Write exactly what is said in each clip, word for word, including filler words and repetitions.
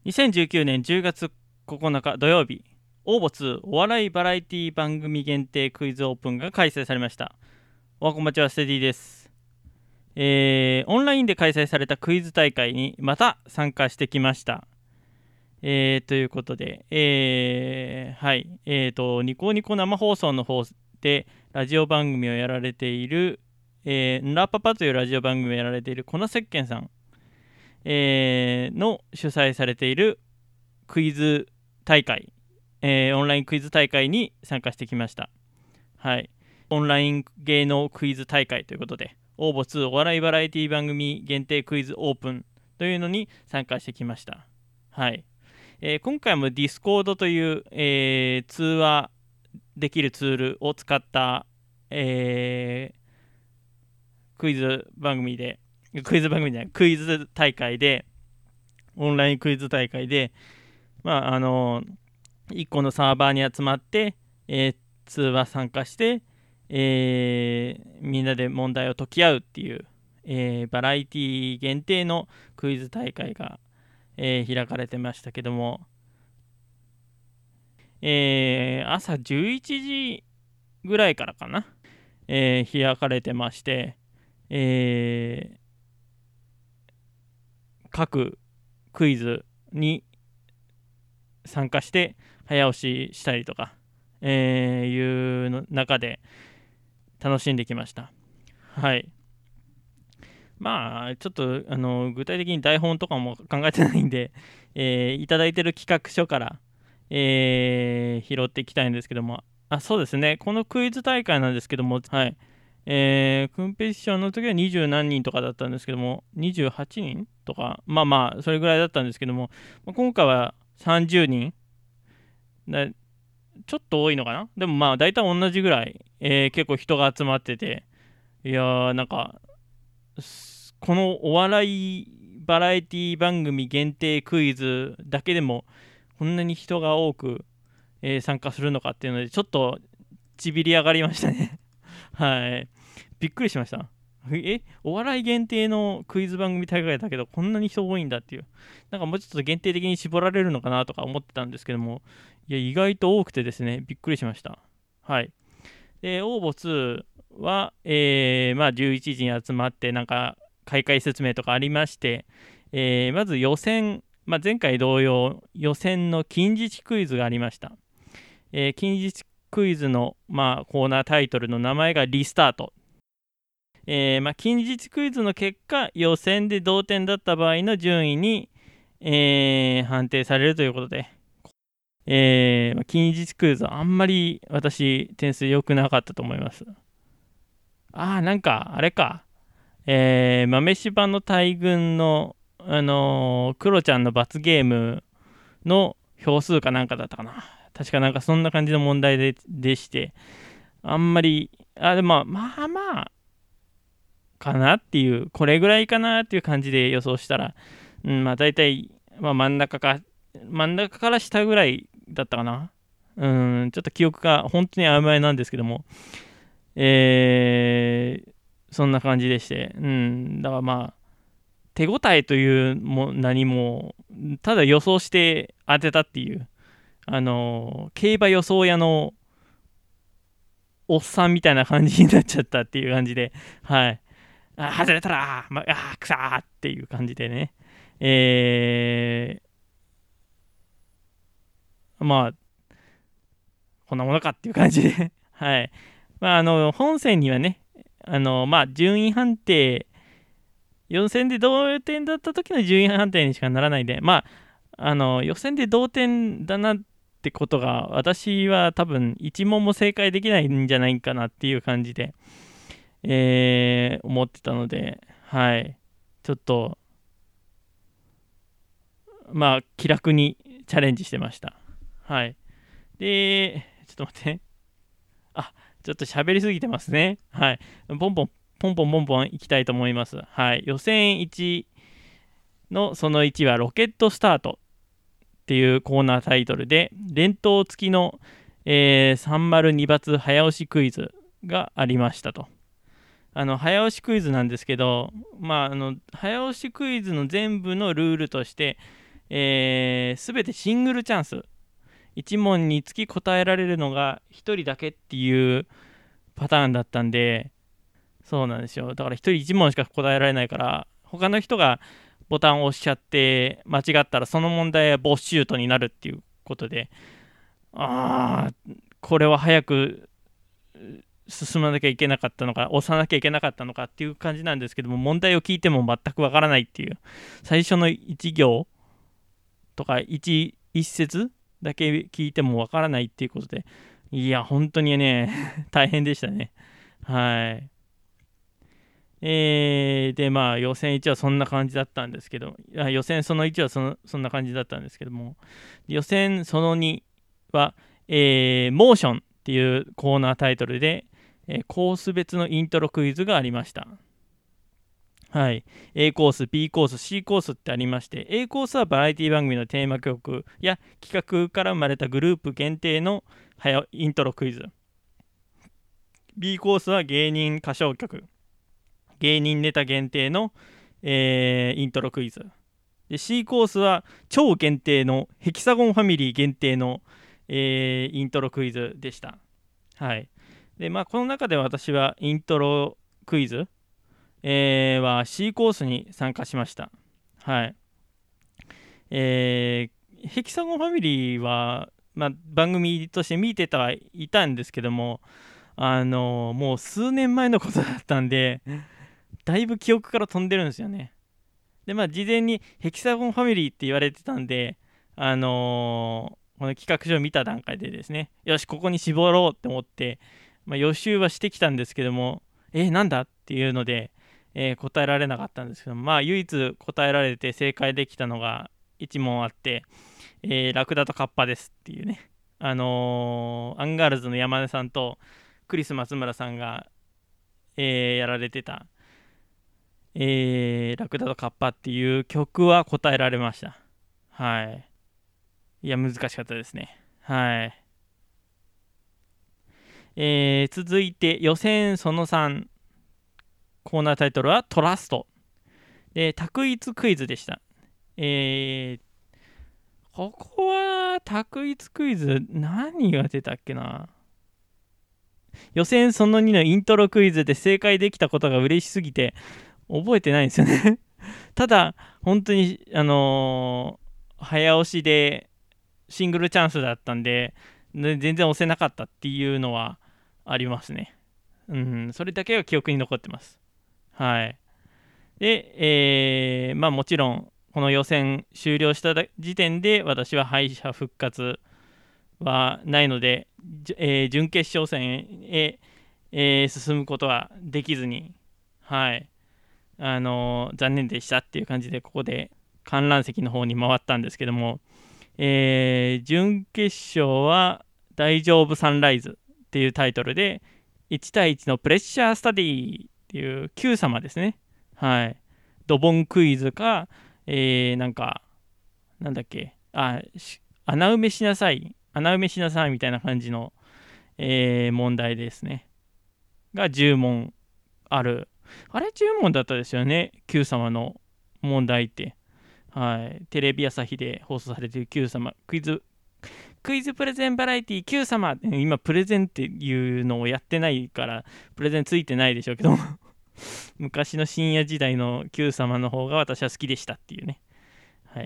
にせんじゅうきゅうねんじゅうがつここのか土曜日、応募ツーお笑いバラエティ番組限定クイズオープンが開催されました。おはこんばんちは、ステディです。えー、オンラインで開催されたクイズ大会にまた参加してきました。えー、ということで、えー、はい、えーと、ニコニコ生放送の方でラジオ番組をやられている、えー、ンラパパというラジオ番組をやられているこのせっけんさん、えー、の主催されているクイズ大会、えー、オンラインクイズ大会に参加してきました。はい。オンライン芸能クイズ大会ということで、応募ツーお笑いバラエティ番組限定クイズオープンというのに参加してきました。はい。えー、今回も Discord という、えー、通話できるツールを使った、えー、クイズ番組で、クイズ番組じゃない、クイズ大会で、オンラインクイズ大会で、まあ、あのー、いっこのサーバーに集まって、えー、通話参加して、えー、みんなで問題を解き合うっていう、えー、バラエティ限定のクイズ大会が、えー、開かれてましたけども、えー、朝じゅういちじぐらいからかな、えー、開かれてまして、えー、各クイズに参加して早押ししたりとか、えー、いうの中で楽しんできました。はい。まあ、ちょっとあの具体的に台本とかも考えてないんで、えー、いただいてる企画書から、えー、拾っていきたいんですけども、あ、そうですね、このクイズ大会なんですけども、はい、えー、コンペティションの時はにじゅう何人とかだったんですけども、にじゅうはちにんとか、まあまあ、それぐらいだったんですけども、今回はさんじゅうにん、だちょっと多いのかな。でもまあ、大体同じぐらい、えー、結構人が集まってて、いやー、なんか、このお笑いバラエティ番組限定クイズだけでもこんなに人が多く、えー参加するのかっていうのでちょっとちびり上がりましたね。はい。びっくりしました。えお笑い限定のクイズ番組大会だけどこんなに人多いんだっていう。なんかもうちょっと限定的に絞られるのかなとか思ってたんですけども、いや意外と多くてですね、びっくりしました。はい。で、応募数は、えーまあ、じゅういちじに集まってなんか開会説明とかありまして、えーまず予選、まあ、前回同様予選の近似値クイズがありました。えー近似値クイズの、まあ、コーナータイトルの名前がリスタート。えーまあ、近似値クイズの結果、予選で同点だった場合の順位に、えー判定されるということで、えーまあ、近似値クイズはあんまり私点数良くなかったと思います。ああ、なんかあれか、えー、豆柴の大群の、あのークロちゃんの罰ゲームの票数かなんかだったかな。確かなんかそんな感じの問題ででして、あんまり、あ、でもまあまあ、かなっていう、これぐらいかなっていう感じで予想したら、うん、まあ大体、まあ真ん中か、真ん中から下ぐらいだったかな。うん、ちょっと記憶が本当に曖昧なんですけども、えー、そんな感じでして、うん、だからまあ、手応えというも何も、ただ予想して当てたっていう、あの、競馬予想屋のおっさんみたいな感じになっちゃったっていう感じで、はい。あ、外れたら、まあ、くさーっていう感じでね、えー、まあ、こんなものかっていう感じで、はい。まあ、あの、本戦にはね、あの、まあ、順位判定、予選で同点だった時の順位判定にしかならないで、まあ、あの予選で同点だなってことが私は多分一問も正解できないんじゃないかなっていう感じで、えー思ってたので、はい、ちょっとまあ気楽にチャレンジしてました。はい。で、ちょっと待って。あ、ちょっと喋りすぎてますね。はい。ポンポン、ポンポンポンポンいきたいと思います。はい。予選いちのそのいちはロケットスタートっていうコーナータイトルで、連投付きの、えー、さんまるに罰早押しクイズがありましたと。あの早押しクイズなんですけど、まあ、あの早押しクイズの全部のルールとして、 えー、全てシングルチャンス。いち問につき答えられるのがひとりだけっていうパターンだったんで、そうなんですよ。だからひとりいち問しか答えられないから、他の人がボタンを押しちゃって間違ったらその問題はボッシュートになるっていうことで、あー、これは早く進まなきゃいけなかったのか、押さなきゃいけなかったのかっていう感じなんですけども、問題を聞いても全くわからないっていう、最初のいち行とか 1, 一節だけ聞いてもわからないっていうことで、いや、本当にね、大変でしたね。はい。えー、で、まあ、予選いちはそんな感じだったんですけど、予選そのいちはそのそんな感じだったんですけども、予選そのには、えー、モーションっていうコーナータイトルで、えーコース別のイントロクイズがありました。はい。A コース、B コース、C コースってありまして、A コースはバラエティ番組のテーマ曲や企画から生まれたグループ限定のイントロクイズ。B コースは芸人歌唱曲、芸人ネタ限定の、えーイントロクイズ。で C コースは超限定のヘキサゴンファミリー限定の、えーイントロクイズでした。はい。で、まあ、この中で私はイントロクイズ、えーは C コースに参加しました。はい。えーヘキサゴンファミリーは、まあ、番組として見てたはいたんですけども、あのもう数年前のことだったんで、だいぶ記憶から飛んでるんですよね。で、まあ、事前にヘキサゴンファミリーって言われてたんで、あのーこの企画書を見た段階でですね、よし、ここに絞ろうって思って、まあ、予習はしてきたんですけども、え、なんだっていうので、えー答えられなかったんですけども、まあ、唯一答えられて正解できたのがいち問あって、えーラクダとカッパですっていうね、あのーアンガールズの山根さんとクリス松村さんが、えーやられてた、えーラクダとカッパっていう曲は答えられました。はい。いや、難しかったですね。はい。えー続いて予選そのさん、コーナータイトルはトラスト。で、択一クイズでした。えー、ここは択一クイズ何が出たっけな。予選そのにのイントロクイズで正解できたことが嬉しすぎて覚えてないんですよね。ただ、本当に、あのー早押しでシングルチャンスだったんで、ね全然押せなかったっていうのはありますね。うん、それだけが記憶に残ってます。はい。で、えーまあもちろん、この予選終了した時点で私は敗者復活はないので、えー準決勝戦へ、えー進むことはできずに、はい、あのー残念でしたっていう感じで、ここで観覧席の方に回ったんですけども、えー準決勝は大丈夫サンライズっていうタイトルで、いち対いちのプレッシャースタディっていう Q 様ですね。はい。ドボンクイズか、えー、なんか、なんだっけ、あ、穴埋めしなさい、穴埋めしなさいみたいな感じの、えー問題ですね。がじゅう問ある。あれじゅう問だったですよね、Q 様の問題って。はい。テレビ朝日で放送されている Q 様、クイズ、クイズプレゼンバラエティ Q 様、今プレゼンっていうのをやってないから、プレゼンついてないでしょうけども、昔の深夜時代の Q 様の方が私は好きでしたっていうね。はい。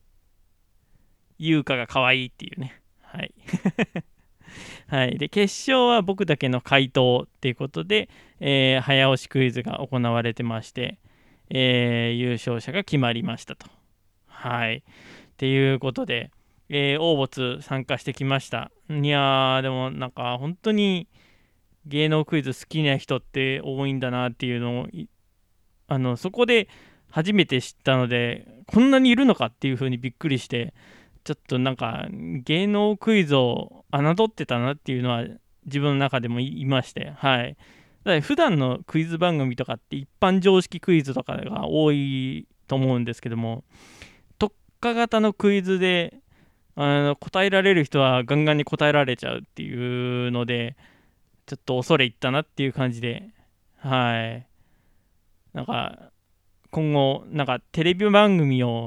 優香が可愛いっていうね。はい。はい。で、決勝は僕だけの回答っていうことで、えー早押しクイズが行われてまして、えー優勝者が決まりましたと。はい。っていうことで、えー、応募参加してきました。いやー、でもなんか本当に芸能クイズ好きな人って多いんだなっていうのを、あの、そこで初めて知ったので、こんなにいるのかっていう風にびっくりして、ちょっとなんか芸能クイズを侮ってたなっていうのは自分の中でもいまして、はい。だから普段のクイズ番組とかって一般常識クイズとかが多いと思うんですけども、特化型のクイズであの答えられる人はガンガンに答えられちゃうっていうので、ちょっと恐れ入ったなっていう感じで、はい。なんか今後、なんかテレビ番組を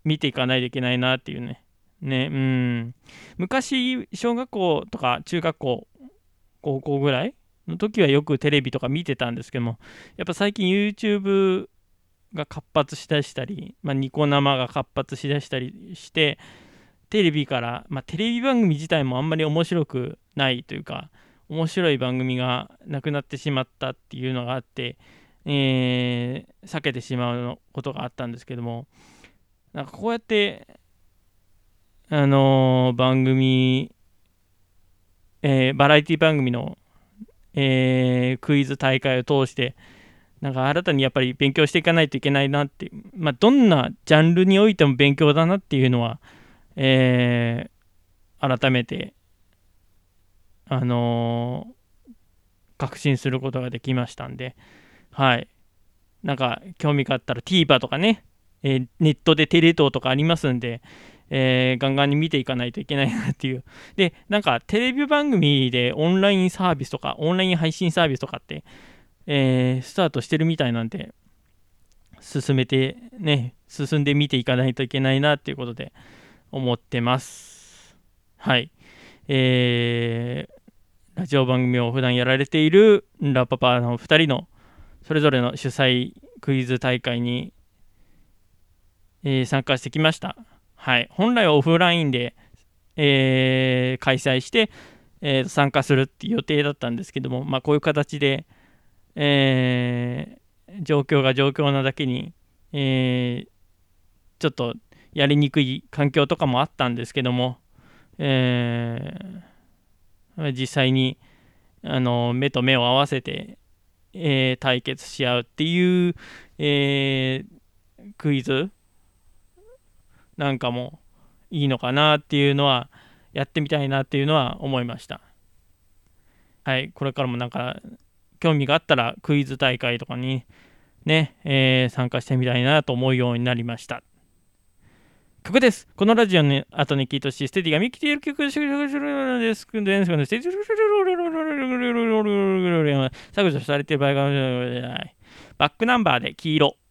見ていかないといけないなっていうね。ね、うん。昔、小学校とか中学校、高校ぐらいの時はよくテレビとか見てたんですけども、やっぱ最近 YouTube が活発しだしたり、まあ、ニコ生が活発しだしたりして、テレビから、まあ、テレビ番組自体もあんまり面白くないというか、面白い番組がなくなってしまったっていうのがあって、えー避けてしまうことがあったんですけども、なんかこうやって、あのー番組、えーバラエティ番組の、えークイズ大会を通して、なんか新たにやっぱり勉強していかないといけないなって、まあ、どんなジャンルにおいても勉強だなっていうのは、えー改めて、あのー確信することができましたんで、はい。なんか、興味があったら TVer とかね、えーネットでテレ東とかありますんで、えーガンガンに見ていかないといけないなっていう。で、なんか、テレビ番組でオンラインサービスとか、オンライン配信サービスとかって、えースタートしてるみたいなんで、進めてね、進んで見ていかないといけないなっていうことで思ってます。はい。えーラジオ番組を普段やられているラッパパーのふたりのそれぞれの主催クイズ大会に、えー参加してきました。はい。本来はオフラインで、えー開催して、えー参加するっていう予定だったんですけども、まあ、こういう形で、えー状況が状況なだけに、えーちょっとやりにくい環境とかもあったんですけども、えー実際にあの目と目を合わせて、えー対決し合うっていう、えークイズなんかもいいのかなっていうのは、やってみたいなっていうのは思いました。はい、これからもなんか興味があったらクイズ大会とかにね、えー参加してみたいなと思うようになりました。曲です。このラジオの後に聴いてほしいステディが見切っている曲です。削除されている場合がバックナンバーで黄色。